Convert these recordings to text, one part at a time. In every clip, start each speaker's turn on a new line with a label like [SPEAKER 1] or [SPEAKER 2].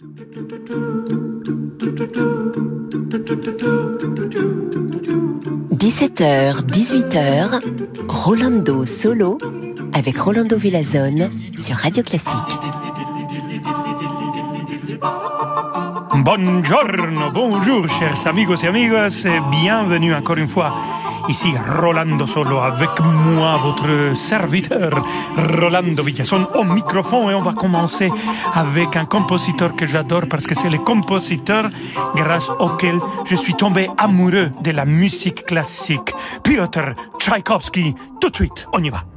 [SPEAKER 1] 17h, 18h, Rolando Solo avec Rolando Villazone sur Radio Classique.
[SPEAKER 2] Buongiorno, bonjour chers amigos et amigas, et bienvenue encore une fois. Ici Rolando Solo avec moi, votre serviteur Rolando Villazone au microphone, et on va commencer avec un compositeur que j'adore parce que c'est le compositeur grâce auquel je suis tombé amoureux de la musique classique. Piotr Tchaïkovski, tout de suite, on y va.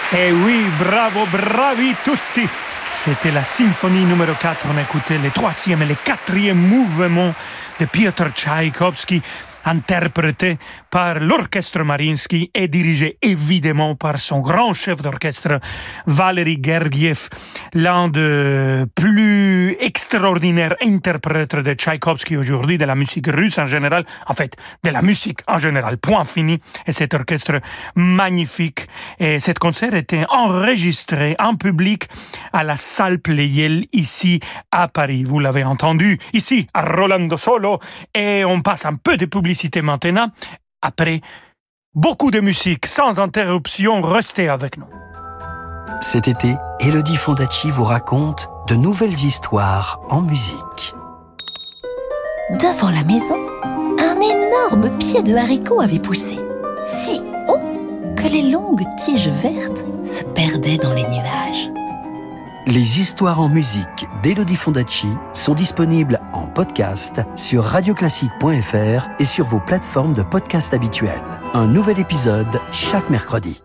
[SPEAKER 2] Eh oui, bravo, bravi tutti! C'était la symphonie numéro 4. On écoutait le 3e et le 4e mouvement de Piotr Tchaïkovski, interprété par l'orchestre Mariinsky et dirigé évidemment par son grand chef d'orchestre, Valery Gergiev, l'un des plus extraordinaires interprètes de Tchaïkovski aujourd'hui, de la musique russe en général, en fait, de la musique en général, point fini. Et cet orchestre magnifique. Et cet concert était enregistré en public à la salle Pleyel, ici à Paris. Vous l'avez entendu, ici à Rolando Solo. Et on passe un peu de publicité maintenant. Après, beaucoup de musique sans interruption. Restez avec nous.
[SPEAKER 3] Cet été, Elodie Fondacci vous raconte de nouvelles histoires en musique.
[SPEAKER 4] Devant la maison, un énorme pied de haricot avait poussé, si haut que les longues tiges vertes se perdaient dans les nuages.
[SPEAKER 3] Les histoires en musique d'Elodie Fondacci sont disponibles en podcast sur radioclassique.fr et sur vos plateformes de podcast habituelles. Un nouvel épisode chaque mercredi.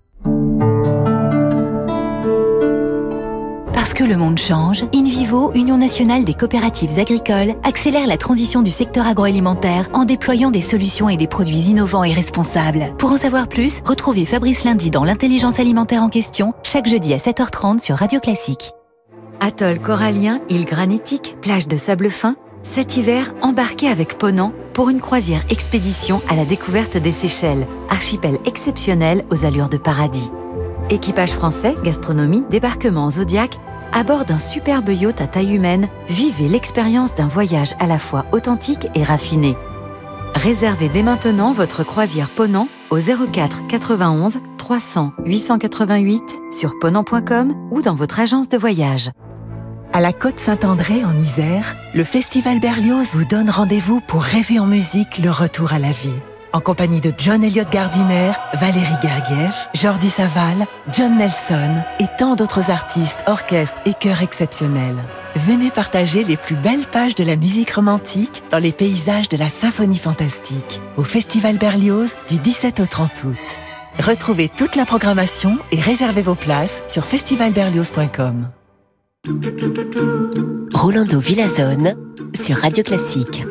[SPEAKER 4] Parce que le monde change, InVivo, Union nationale des coopératives agricoles, accélère la transition du secteur agroalimentaire en déployant des solutions et des produits innovants et responsables. Pour en savoir plus, retrouvez Fabrice Lundi dans l'intelligence alimentaire en question, chaque jeudi à 7h30 sur Radio Classique.
[SPEAKER 5] Atoll corallien, île granitique, plage de sable fin, cet hiver, embarquez avec Ponant pour une croisière expédition à la découverte des Seychelles, archipel exceptionnel aux allures de paradis. Équipage français, gastronomie, débarquement Zodiac, à bord d'un superbe yacht à taille humaine, vivez l'expérience d'un voyage à la fois authentique et raffiné. Réservez dès maintenant votre croisière Ponant au 04 91 300 888 sur ponant.com ou dans votre agence de voyage.
[SPEAKER 6] À la Côte Saint-André, en Isère, le Festival Berlioz vous donne rendez-vous pour rêver en musique le retour à la vie. En compagnie de John Elliott Gardiner, Valéry Gergiev, Jordi Savall, John Nelson et tant d'autres artistes, orchestres et chœurs exceptionnels. Venez partager les plus belles pages de la musique romantique dans les paysages de la symphonie fantastique au Festival Berlioz du 17 au 30 août. Retrouvez toute la programmation et réservez vos places sur festivalberlioz.com.
[SPEAKER 1] Rolando Villazone sur Radio Classique.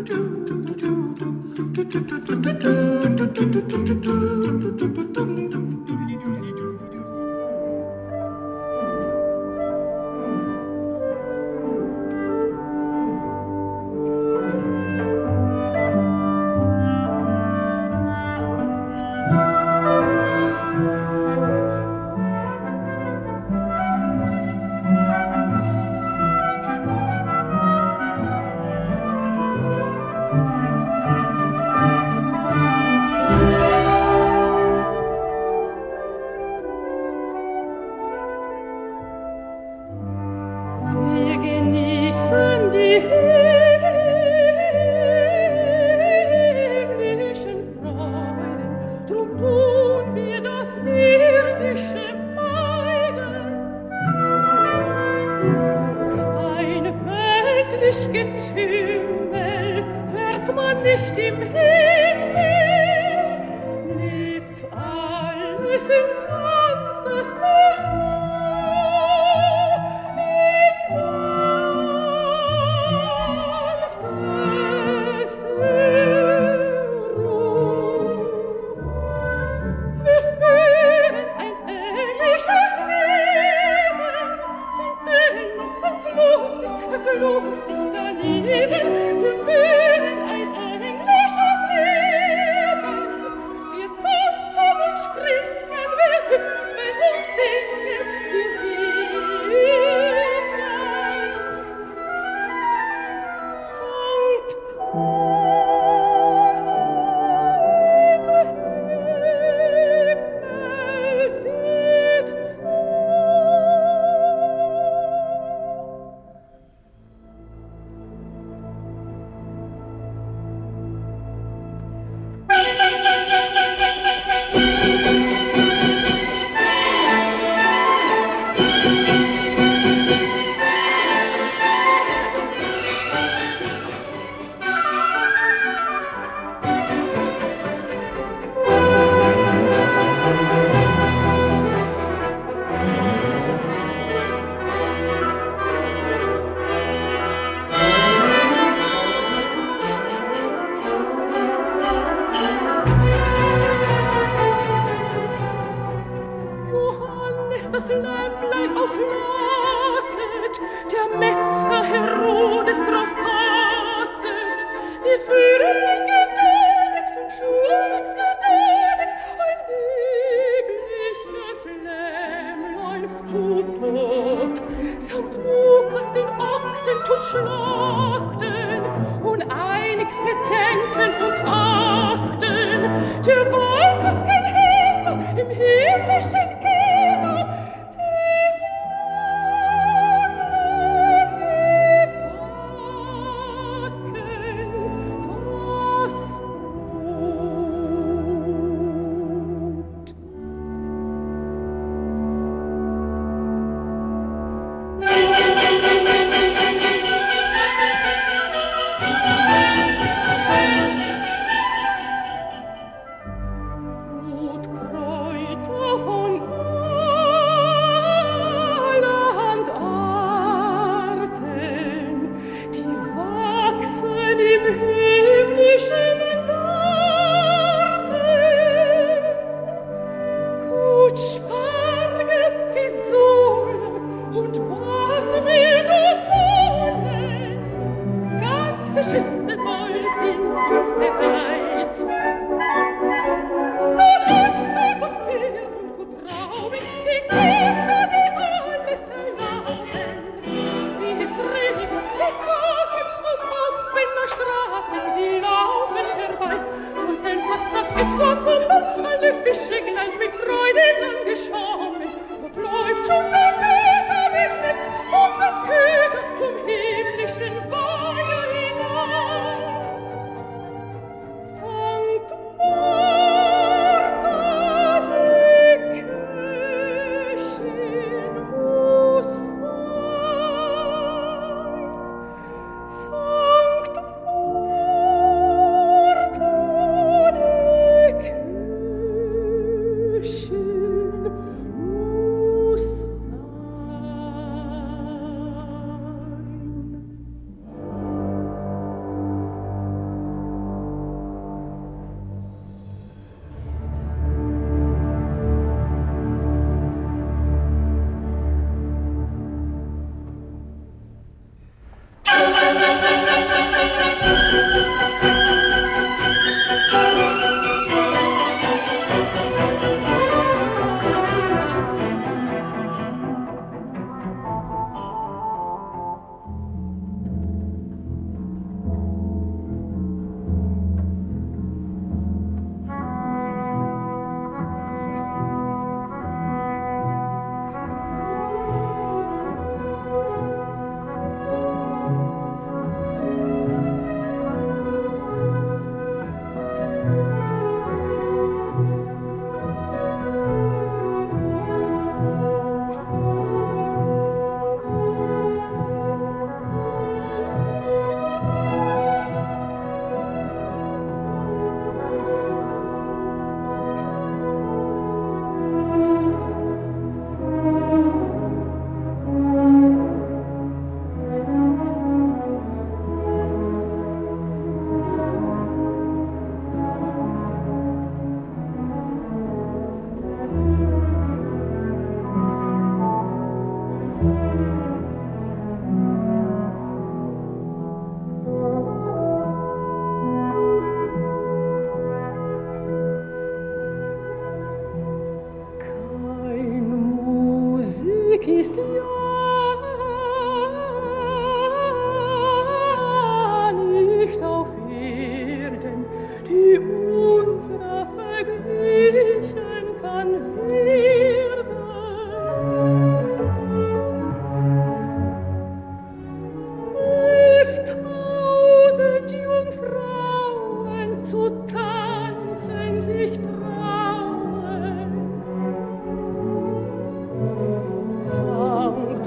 [SPEAKER 7] Springen, wir hüpfen und singen. lässt das Lämmlein auslöset, der Metzger Herodes drauf passet. Wir führen geduldig und schuldigs geduldig ein liebliches Lämmlein zu Tod. Sankt Lukas den Ochsen tut schlachten und einigs bedenken und achten. Der Wein ist kein Himmel im himmlischen Geber, ist ja nicht auf Erden, die unserer verglichen kann werden. 11.000 Jungfrauen zu tanzen sich trauen. Sankt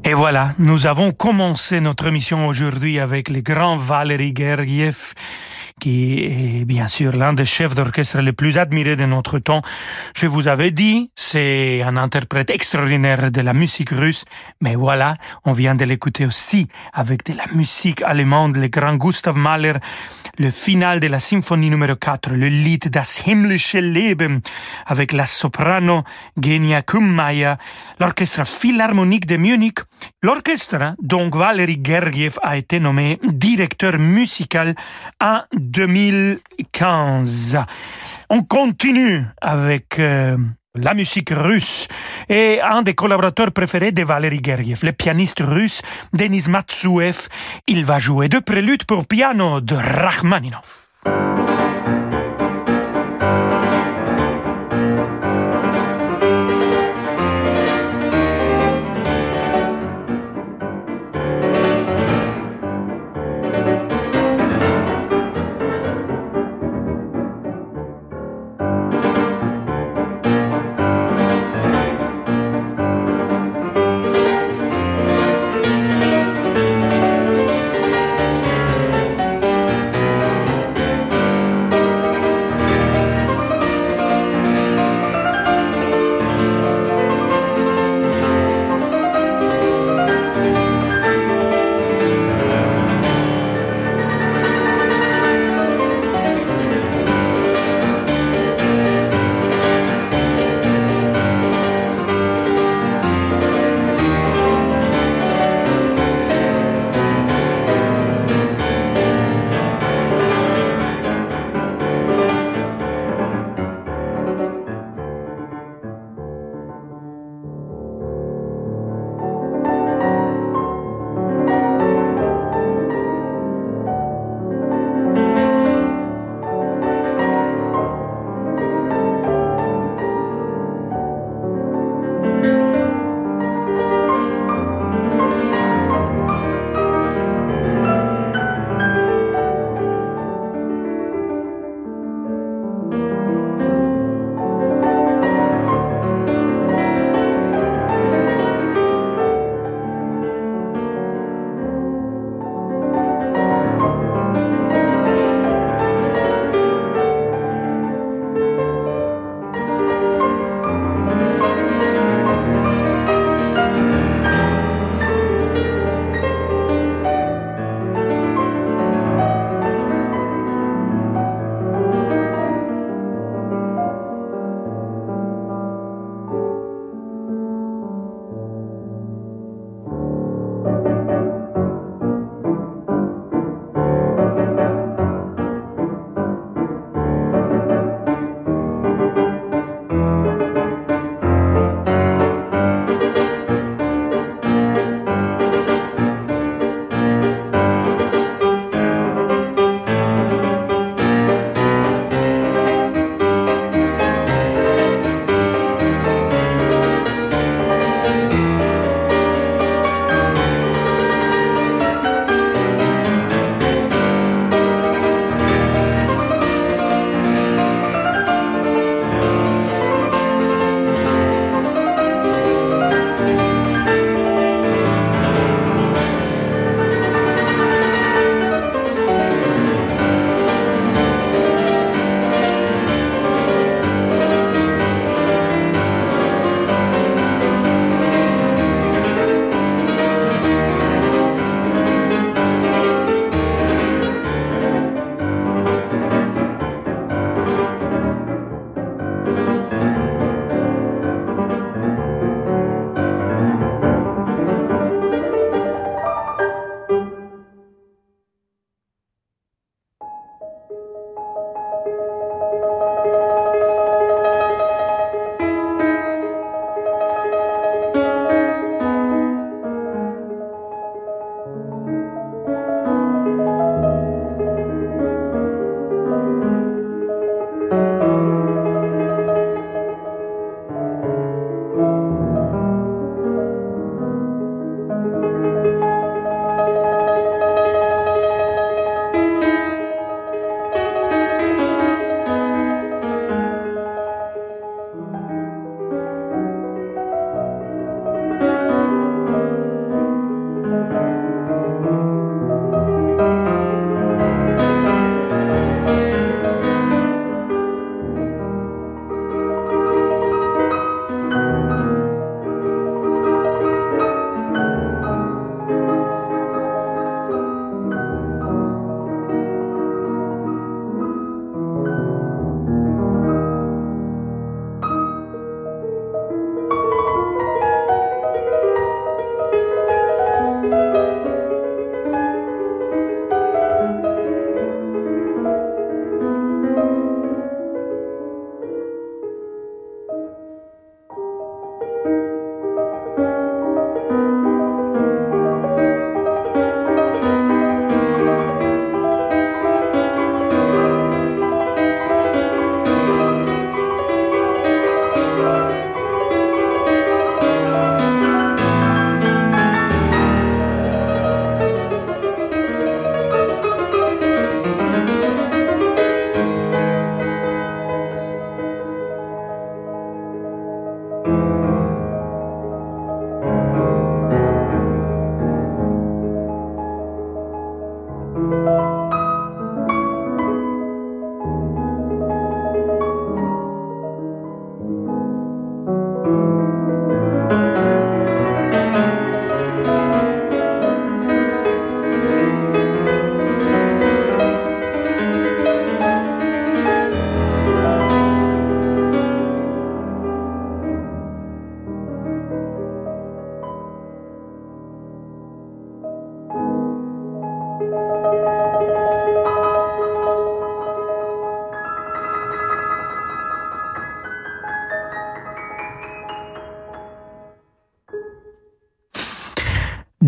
[SPEAKER 2] Et voilà, nous avons commencé notre émission aujourd'hui avec le grand Valery Gergiev, qui est bien sûr l'un des chefs d'orchestre les plus admirés de notre temps. Je vous avais dit, c'est un interprète extraordinaire de la musique russe, mais voilà, on vient de l'écouter aussi avec de la musique allemande, le grand Gustav Mahler, le final de la symphonie numéro 4, le Lied Das himmlische Leben, avec la soprano Genia Kummaya, l'orchestre philharmonique de Munich. L'orchestre, donc Valery Gergiev, a été nommé directeur musical en 2015. On continue avec la musique russe et un des collaborateurs préférés de Valery Gergiev, le pianiste russe Denis Matsuev. Il va jouer deux préludes pour piano de Rachmaninov.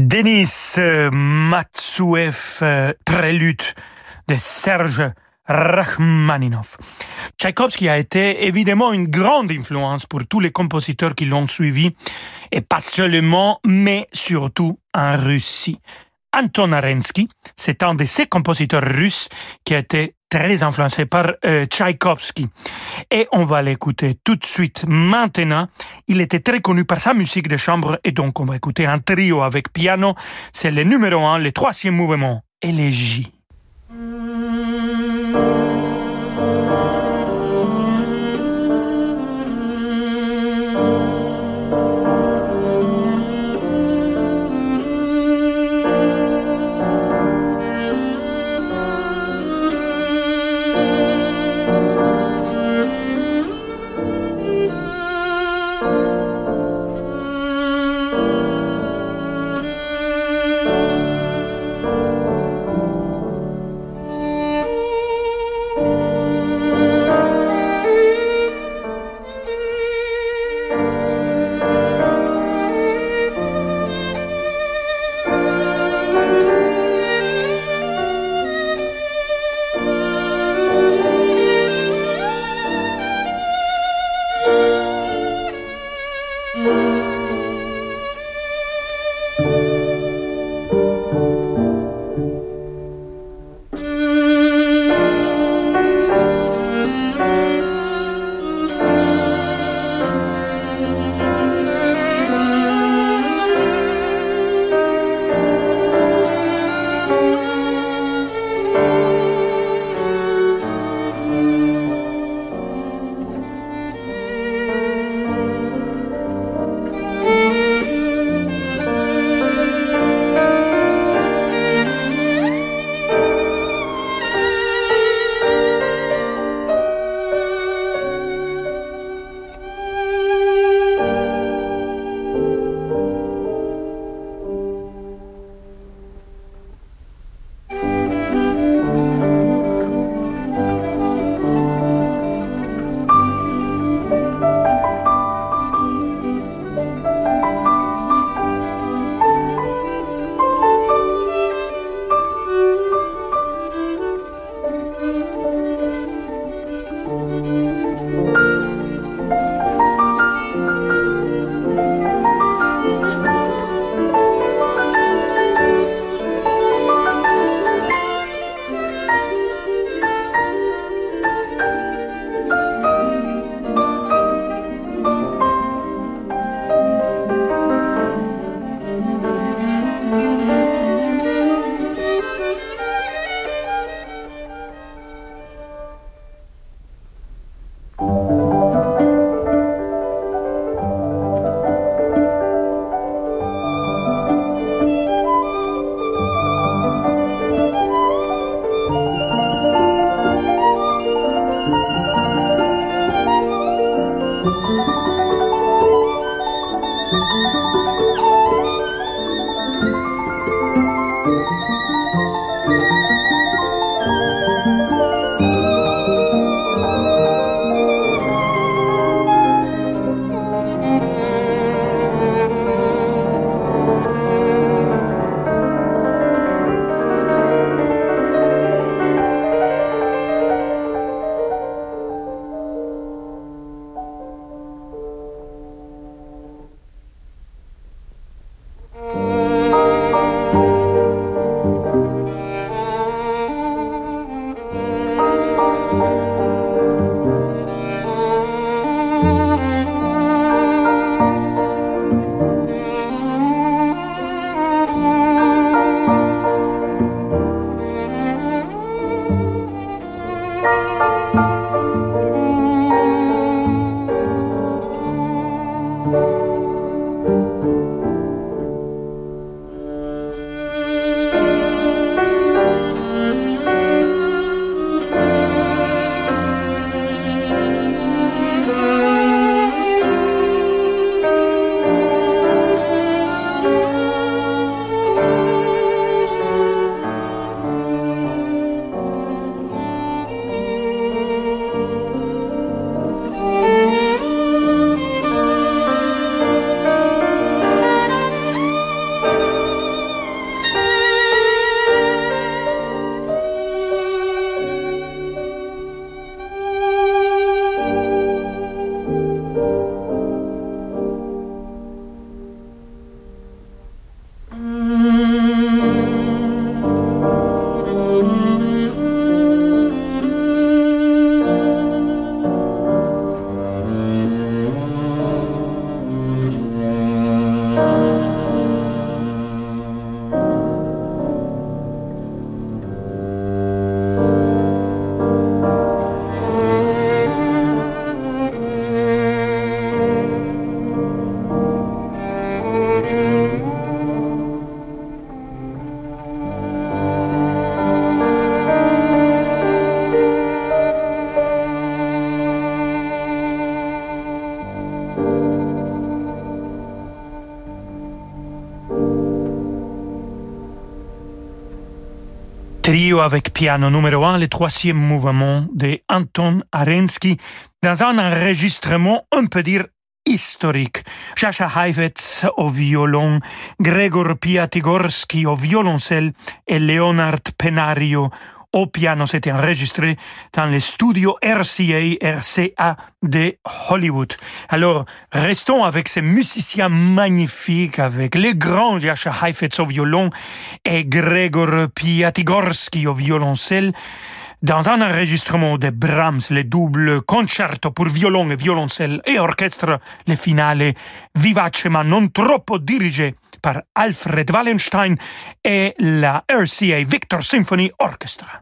[SPEAKER 2] Denis Matsuev, prélude de Serge Rachmaninov. Tchaïkovski a été évidemment une grande influence pour tous les compositeurs qui l'ont suivi, et pas seulement, mais surtout en Russie. Anton Arensky, c'est un de ces compositeurs russes qui a été très influencé par Tchaïkovski. Et on va l'écouter tout de suite maintenant. Il était très connu par sa musique de chambre et donc on va écouter un trio avec piano. C'est le numéro 1, le 3e mouvement, Élégie. Trio avec piano numéro 1, le troisième mouvement de Anton Arensky, dans un enregistrement, on peut dire, historique. Jascha Heifetz au violon, Gregor Piatigorsky au violoncelle et Leonard Penario au piano. C'était enregistré dans les studios RCA de Hollywood. Alors, restons avec ces musiciens magnifiques, avec le grand Jascha Heifetz au violon et Gregor Piatigorsky au violoncelle, dans un enregistrement de Brahms, le double concerto pour violon et violoncelle et orchestre, le finale vivace ma non troppo dirigé par Alfred Wallenstein et la RCA Victor Symphony Orchestra.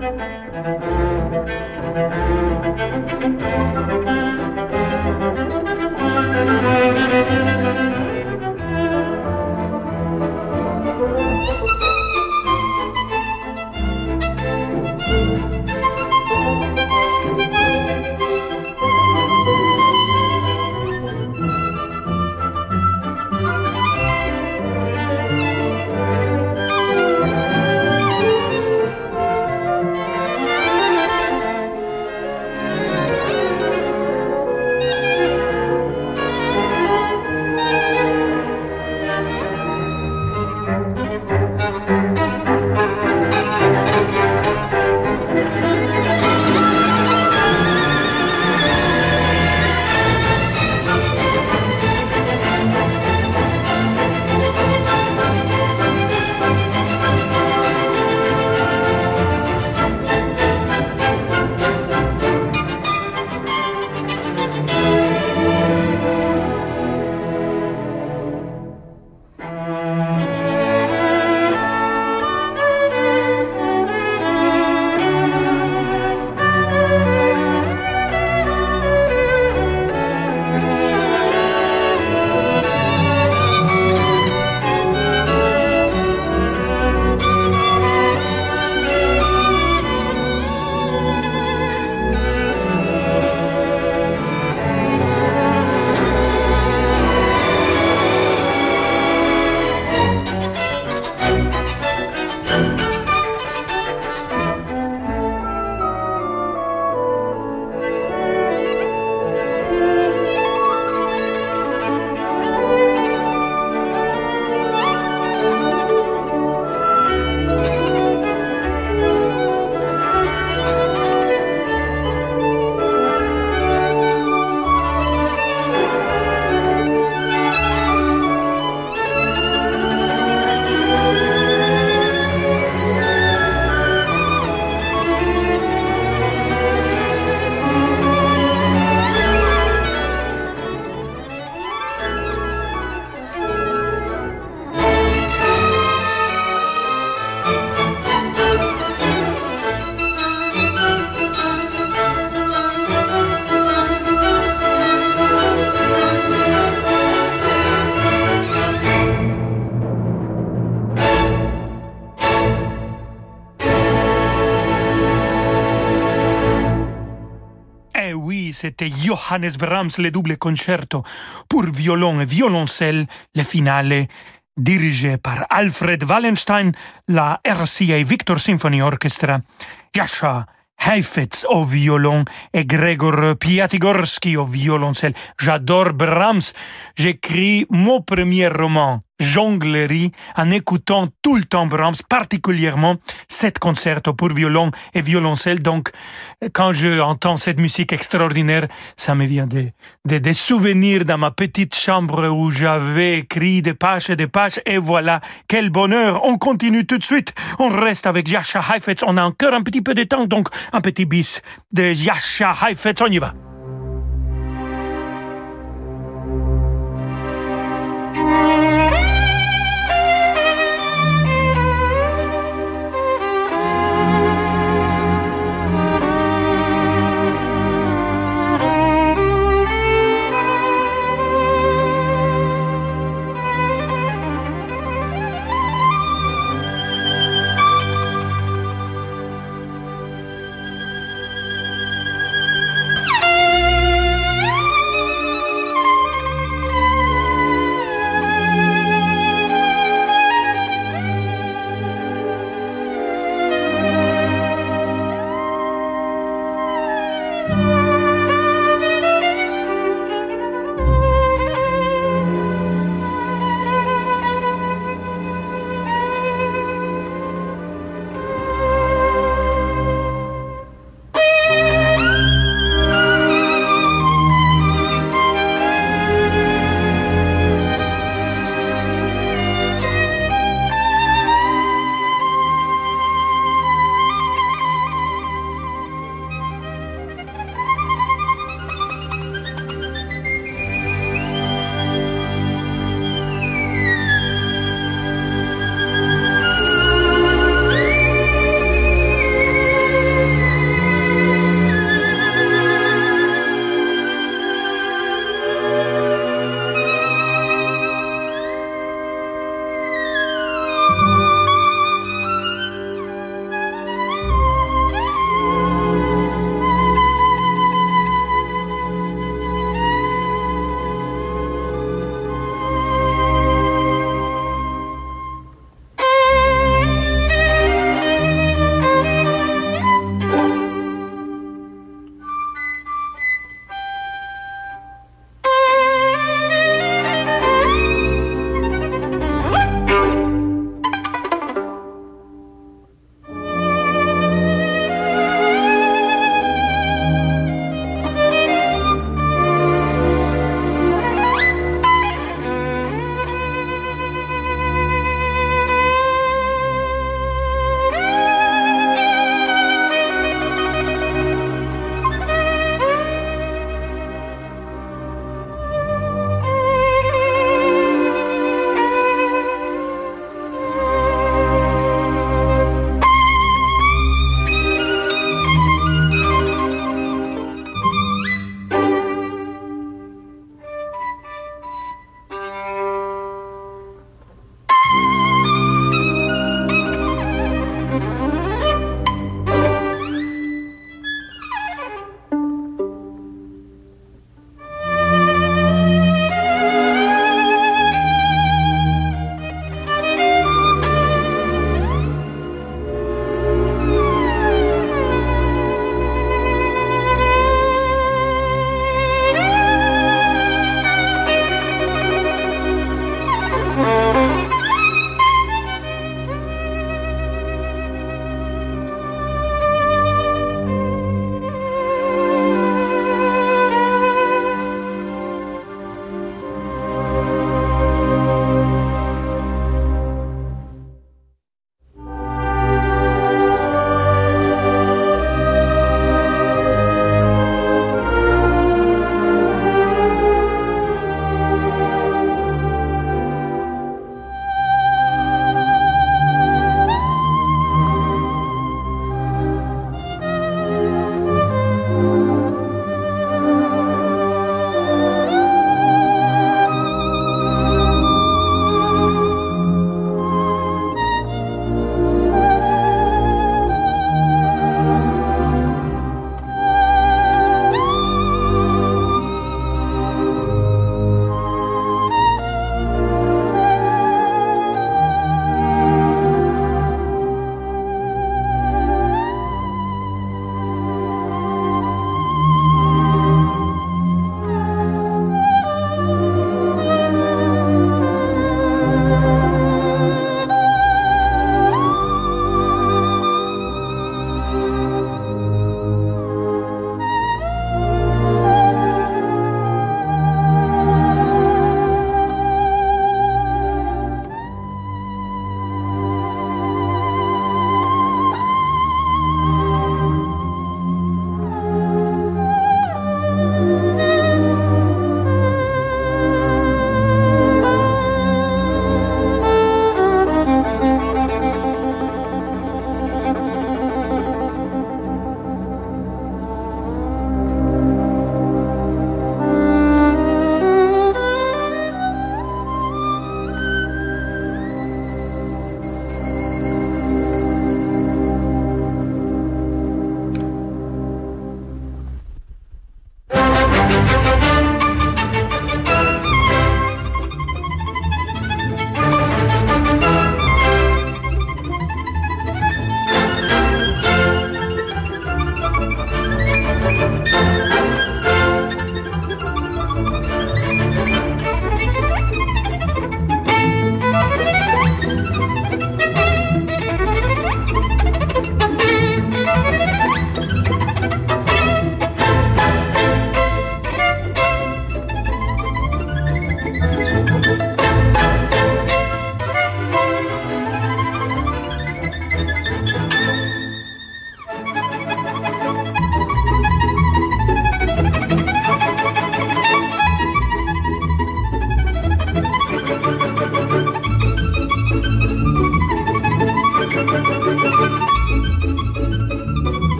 [SPEAKER 2] c'était Johannes Brahms, le double concerto pour violon et violoncelle, le finale dirigé par Alfred Wallenstein, la RCA Victor Symphony Orchestra, Jascha Heifetz au violon et Gregor Piatigorsky au violoncelle. J'adore Brahms. J'écris mon premier roman, Jonglerie, en écoutant tout le temps Brahms, particulièrement cet concerto pour violon et violoncelle. Donc, quand je entends cette musique extraordinaire, ça me vient des souvenirs dans ma petite chambre où j'avais écrit des pages et voilà, quel bonheur. On continue tout de suite. On reste avec Jascha Heifetz. On a encore un petit peu de temps, donc un petit bis de Jascha Heifetz. On y va.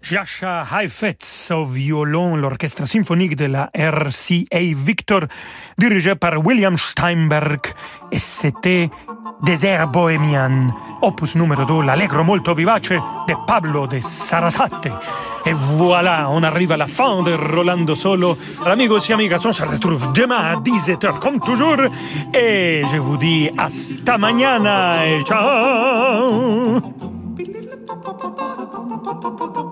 [SPEAKER 2] Jascha Heifetz au violon, l'orchestre symphonique de la RCA Victor, dirigé par William Steinberg, et c'était Désert bohémien, opus numéro 2, l'Allegro molto vivace de Pablo de Sarasate. Et voilà, on arrive à la fin de Rolando Solo. Amigos et amigas, on se retrouve demain à 17h comme toujours. Et je vous dis hasta mañana et ciao.